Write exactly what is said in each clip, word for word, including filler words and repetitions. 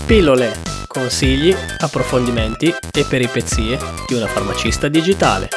Pillole, consigli, approfondimenti e peripezie di una farmacista digitale.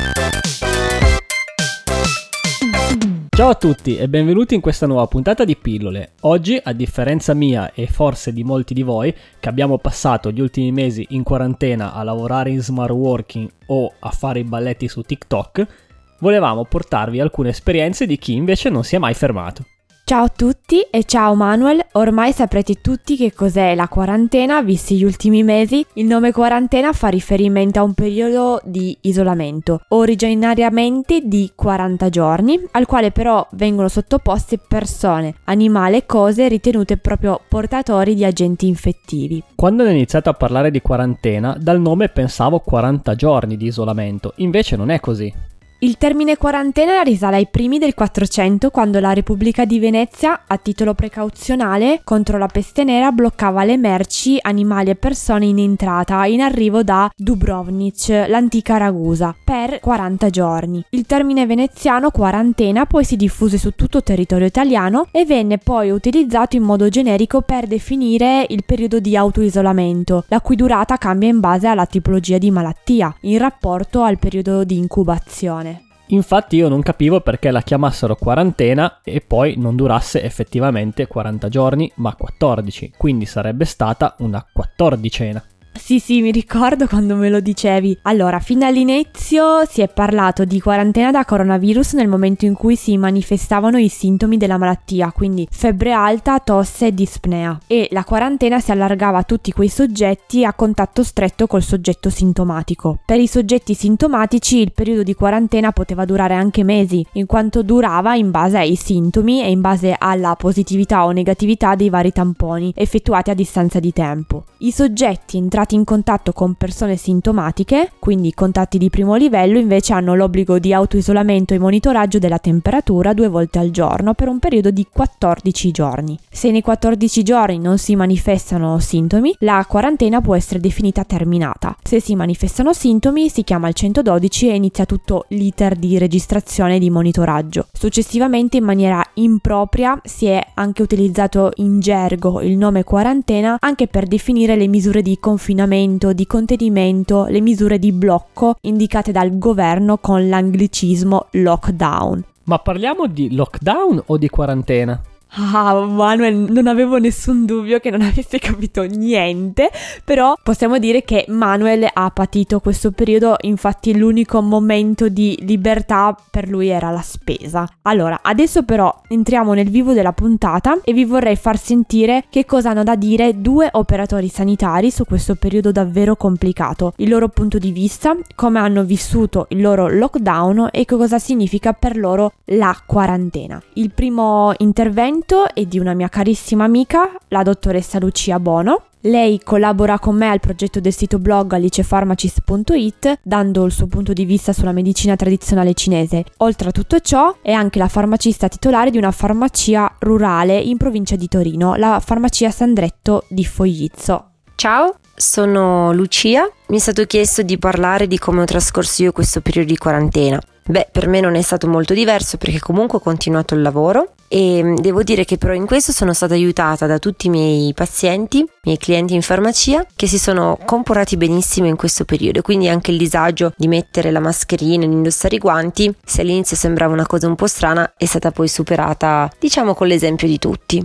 Ciao a tutti e benvenuti in questa nuova puntata di Pillole. Oggi, a differenza mia e forse di molti di voi che abbiamo passato gli ultimi mesi in quarantena a lavorare in smart working o a fare i balletti su TikTok, volevamo portarvi alcune esperienze di chi invece non si è mai fermato. Ciao a tutti e ciao Manuel, ormai saprete tutti che cos'è la quarantena, visti gli ultimi mesi. Il nome quarantena fa riferimento a un periodo di isolamento, originariamente di quaranta giorni, al quale però vengono sottoposte persone, animali e cose ritenute proprio portatori di agenti infettivi. Quando ho iniziato a parlare di quarantena, dal nome pensavo quaranta giorni di isolamento, invece non è così. Il termine quarantena risale ai primi del quattrocento, quando la Repubblica di Venezia, a titolo precauzionale contro la peste nera, bloccava le merci, animali e persone in entrata in arrivo da Dubrovnik, l'antica Ragusa, per quaranta giorni. Il termine veneziano quarantena poi si diffuse su tutto il territorio italiano e venne poi utilizzato in modo generico per definire il periodo di autoisolamento, la cui durata cambia in base alla tipologia di malattia, in rapporto al periodo di incubazione. Infatti io non capivo perché la chiamassero quarantena e poi non durasse effettivamente quaranta giorni ma quattordici, quindi sarebbe stata una quattordicena. Sì sì, mi ricordo quando me lo dicevi. Allora, fin dall'inizio si è parlato di quarantena da coronavirus nel momento in cui si manifestavano i sintomi della malattia, quindi febbre alta, tosse e dispnea, e la quarantena si allargava a tutti quei soggetti a contatto stretto col soggetto sintomatico. Per i soggetti sintomatici il periodo di quarantena poteva durare anche mesi, in quanto durava in base ai sintomi e in base alla positività o negatività dei vari tamponi effettuati a distanza di tempo. I soggetti entrati in contatto con persone sintomatiche, quindi contatti di primo livello, invece hanno l'obbligo di autoisolamento e monitoraggio della temperatura due volte al giorno per un periodo di quattordici giorni. Se nei quattordici giorni non si manifestano sintomi, la quarantena può essere definita terminata. Se si manifestano sintomi si chiama il centododici e inizia tutto l'iter di registrazione e di monitoraggio. Successivamente, in maniera impropria, si è anche utilizzato in gergo il nome quarantena anche per definire le misure di confinamento, di contenimento, le misure di blocco indicate dal governo con l'anglicismo lockdown. Ma parliamo di lockdown o di quarantena? Ah, Manuel, non avevo nessun dubbio che non avesse capito niente, però possiamo dire che Manuel ha patito questo periodo, infatti l'unico momento di libertà per lui era la spesa. Allora, adesso però entriamo nel vivo della puntata e vi vorrei far sentire che cosa hanno da dire due operatori sanitari su questo periodo davvero complicato, il loro punto di vista, come hanno vissuto il loro lockdown e che cosa significa per loro la quarantena. Il primo intervento è di una mia carissima amica, la dottoressa Lucia Bono. Lei collabora con me al progetto del sito blog alicepharmacist punto it, dando il suo punto di vista sulla medicina tradizionale cinese. Oltre a tutto ciò, è anche la farmacista titolare di una farmacia rurale in provincia di Torino, la farmacia Sandretto di Foglizzo. Ciao, sono Lucia. Mi è stato chiesto di parlare di come ho trascorso io questo periodo di quarantena. Beh, per me non è stato molto diverso perché comunque ho continuato il lavoro e devo dire che però in questo sono stata aiutata da tutti i miei pazienti, i miei clienti in farmacia, che si sono comportati benissimo in questo periodo, quindi anche il disagio di mettere la mascherina e di indossare i guanti, se all'inizio sembrava una cosa un po' strana, è stata poi superata, diciamo, con l'esempio di tutti.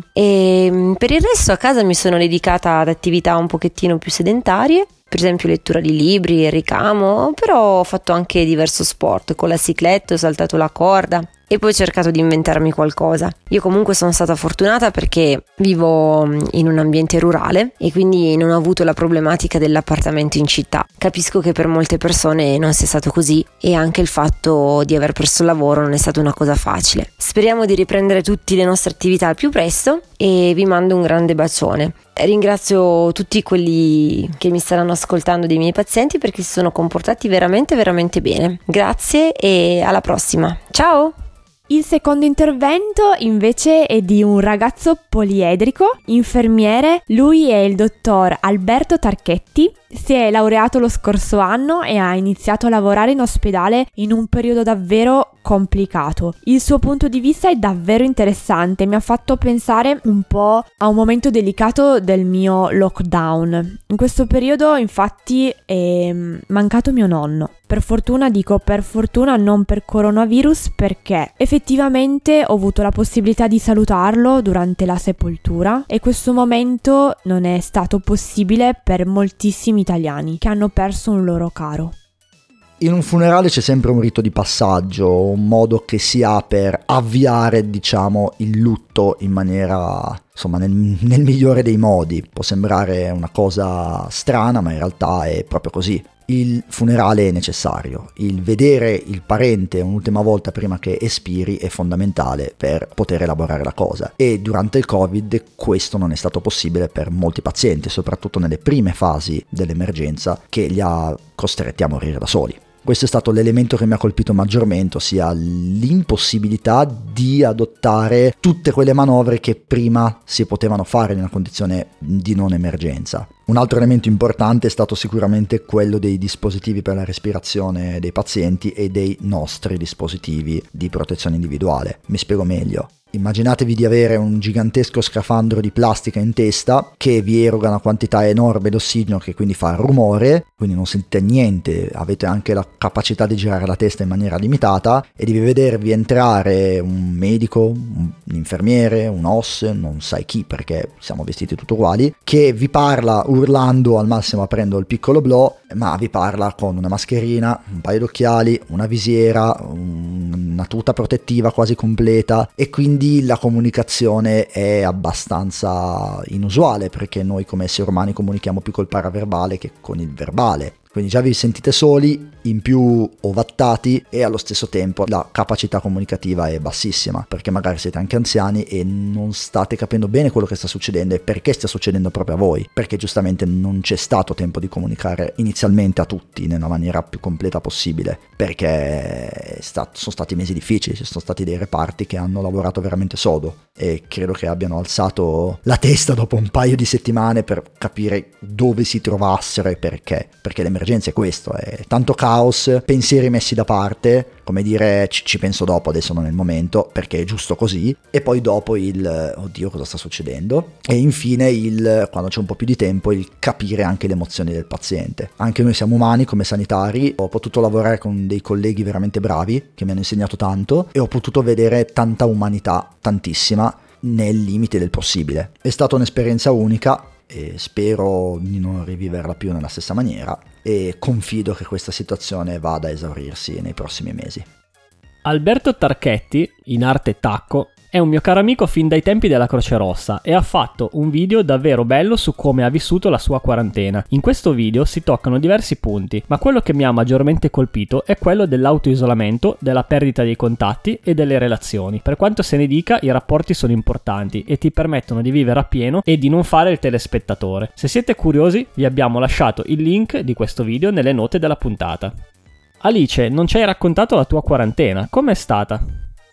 E per il resto a casa mi sono dedicata ad attività un pochettino più sedentarie, per esempio lettura di libri e ricamo, però ho fatto anche diverso sport, con la cicletta ho saltato la corda e poi ho cercato di inventarmi qualcosa. Io comunque sono stata fortunata perché vivo in un ambiente rurale e quindi non ho avuto la problematica dell'appartamento in città. Capisco che per molte persone non sia stato così e anche il fatto di aver perso il lavoro non è stata una cosa facile. Speriamo di riprendere tutte le nostre attività al più presto e vi mando un grande bacione. Ringrazio tutti quelli che mi staranno ascoltando dei miei pazienti perché si sono comportati veramente veramente bene. Grazie e alla prossima. Ciao! Il secondo intervento invece è di un ragazzo poliedrico, infermiere. Lui è il dottor Alberto Tarchetti, si è laureato lo scorso anno e ha iniziato a lavorare in ospedale in un periodo davvero complicato. Il suo punto di vista è davvero interessante, mi ha fatto pensare un po' a un momento delicato del mio lockdown. In questo periodo infatti è mancato mio nonno. Per fortuna, dico per fortuna, non per coronavirus, perché effettivamente ho avuto la possibilità di salutarlo durante la sepoltura e questo momento non è stato possibile per moltissimi italiani che hanno perso un loro caro. In un funerale c'è sempre un rito di passaggio, un modo che si ha per avviare, diciamo, il lutto in maniera, insomma, nel, nel migliore dei modi. Può sembrare una cosa strana, ma in realtà è proprio così. Il funerale è necessario, il vedere il parente un'ultima volta prima che espiri è fondamentale per poter elaborare la cosa, e durante il Covid questo non è stato possibile per molti pazienti, soprattutto nelle prime fasi dell'emergenza, che li ha costretti a morire da soli. Questo è stato l'elemento che mi ha colpito maggiormente, ossia l'impossibilità di adottare tutte quelle manovre che prima si potevano fare in una condizione di non emergenza. Un altro elemento importante è stato sicuramente quello dei dispositivi per la respirazione dei pazienti e dei nostri dispositivi di protezione individuale. Mi spiego meglio. Immaginatevi di avere un gigantesco scafandro di plastica in testa che vi eroga una quantità enorme di ossigeno, che quindi fa rumore, quindi non sentite niente, avete anche la capacità di girare la testa in maniera limitata, e devi vedervi entrare un medico, un infermiere, un O S, non sai chi perché siamo vestiti tutti uguali, che vi parla urlando, al massimo aprendo il piccolo blò, ma vi parla con una mascherina, un paio d'occhiali, una visiera, una tuta protettiva quasi completa, e quindi la comunicazione è abbastanza inusuale, perché noi come esseri umani comunichiamo più col paraverbale che con il verbale. Quindi già vi sentite soli, in più ovattati, e allo stesso tempo la capacità comunicativa è bassissima, perché magari siete anche anziani e non state capendo bene quello che sta succedendo e perché sta succedendo proprio a voi, perché giustamente non c'è stato tempo di comunicare inizialmente a tutti nella maniera più completa possibile, perché è stato, sono stati mesi difficili, ci sono stati dei reparti che hanno lavorato veramente sodo e credo che abbiano alzato la testa dopo un paio di settimane per capire dove si trovassero e perché, perché l'emergenza è questo, è tanto caos, pensieri messi da parte, come dire ci, ci penso dopo, adesso non è il momento perché è giusto così, e poi dopo il oddio cosa sta succedendo, e infine il quando c'è un po' più di tempo il capire anche le emozioni del paziente. Anche noi siamo umani come sanitari, ho potuto lavorare con dei colleghi veramente bravi che mi hanno insegnato tanto e ho potuto vedere tanta umanità, tantissima, nel limite del possibile. È stata un'esperienza unica e spero di non riviverla più nella stessa maniera, e confido che questa situazione vada a esaurirsi nei prossimi mesi. Alberto Tarchetti, in arte Tacco, è un mio caro amico fin dai tempi della Croce Rossa e ha fatto un video davvero bello su come ha vissuto la sua quarantena. In questo video si toccano diversi punti, ma quello che mi ha maggiormente colpito è quello dell'autoisolamento, della perdita dei contatti e delle relazioni. Per quanto se ne dica, i rapporti sono importanti e ti permettono di vivere appieno e di non fare il telespettatore. Se siete curiosi, vi abbiamo lasciato il link di questo video nelle note della puntata. Alice, non ci hai raccontato la tua quarantena, com'è stata?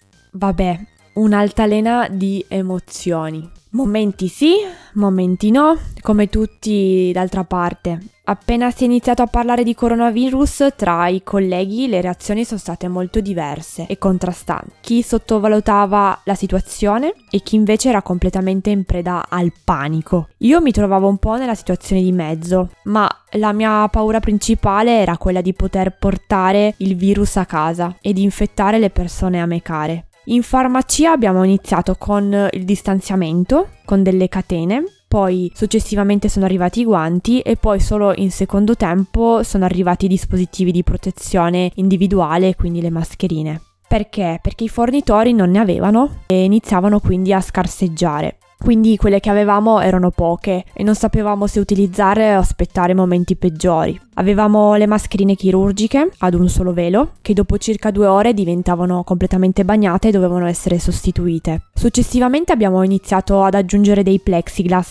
Vabbè, un'altalena di emozioni. Momenti sì, momenti no, come tutti d'altra parte. Appena si è iniziato a parlare di coronavirus, tra i colleghi le reazioni sono state molto diverse e contrastanti. Chi sottovalutava la situazione e chi invece era completamente in preda al panico. Io mi trovavo un po' nella situazione di mezzo, ma la mia paura principale era quella di poter portare il virus a casa e di infettare le persone a me care. In farmacia abbiamo iniziato con il distanziamento, con delle catene, poi successivamente sono arrivati i guanti e poi solo in secondo tempo sono arrivati i dispositivi di protezione individuale, quindi le mascherine. Perché? Perché i fornitori non ne avevano e iniziavano quindi a scarseggiare. Quindi quelle che avevamo erano poche e non sapevamo se utilizzare o aspettare momenti peggiori. Avevamo le mascherine chirurgiche ad un solo velo, che dopo circa due ore diventavano completamente bagnate e dovevano essere sostituite. Successivamente abbiamo iniziato ad aggiungere dei plexiglass,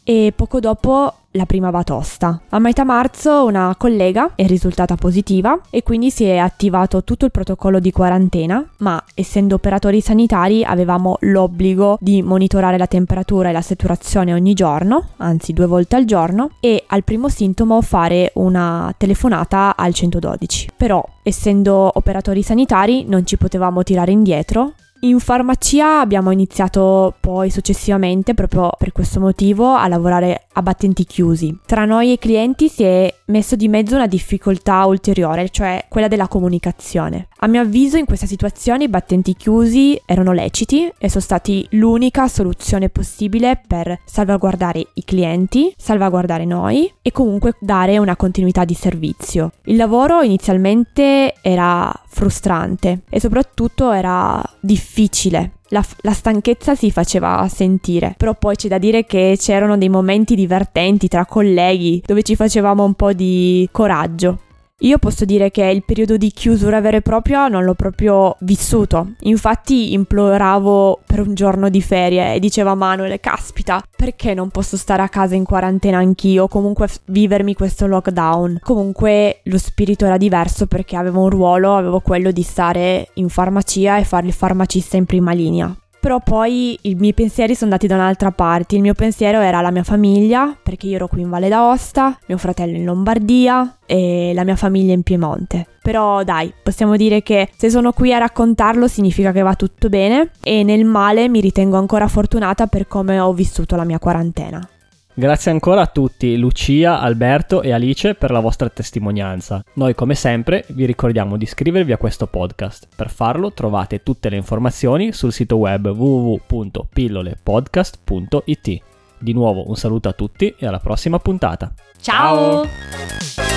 e poco dopo la prima batosta. A metà marzo una collega è risultata positiva e quindi si è attivato tutto il protocollo di quarantena, ma essendo operatori sanitari avevamo l'obbligo di monitorare la temperatura e la saturazione ogni giorno, anzi due volte al giorno, e al primo sintomo fare una telefonata al centododici. Però, essendo operatori sanitari, non ci potevamo tirare indietro. In farmacia abbiamo iniziato poi successivamente, proprio per questo motivo, a lavorare a battenti chiusi. Tra noi e i clienti si è messo di mezzo una difficoltà ulteriore, cioè quella della comunicazione. A mio avviso in questa situazione i battenti chiusi erano leciti e sono stati l'unica soluzione possibile per salvaguardare i clienti, salvaguardare noi e comunque dare una continuità di servizio. Il lavoro inizialmente era frustrante e soprattutto era difficile. La, la stanchezza si faceva sentire, però poi c'è da dire che c'erano dei momenti divertenti tra colleghi dove ci facevamo un po' di coraggio. Io posso dire che il periodo di chiusura vera e propria non l'ho proprio vissuto. Infatti imploravo per un giorno di ferie e diceva Manuel, caspita, perché non posso stare a casa in quarantena anch'io, comunque vivermi questo lockdown. Comunque lo spirito era diverso perché avevo un ruolo, avevo quello di stare in farmacia e fare il farmacista in prima linea. Però poi i miei pensieri sono andati da un'altra parte. Il mio pensiero era la mia famiglia, perché io ero qui in Valle d'Aosta, mio fratello in Lombardia e la mia famiglia in Piemonte. Però dai, possiamo dire che se sono qui a raccontarlo significa che va tutto bene e nel male mi ritengo ancora fortunata per come ho vissuto la mia quarantena. Grazie ancora a tutti, Lucia, Alberto e Alice, per la vostra testimonianza. Noi, come sempre, vi ricordiamo di iscrivervi a questo podcast. Per farlo trovate tutte le informazioni sul sito web w w w punto pillolepodcast punto i t. Di nuovo un saluto a tutti e alla prossima puntata. Ciao!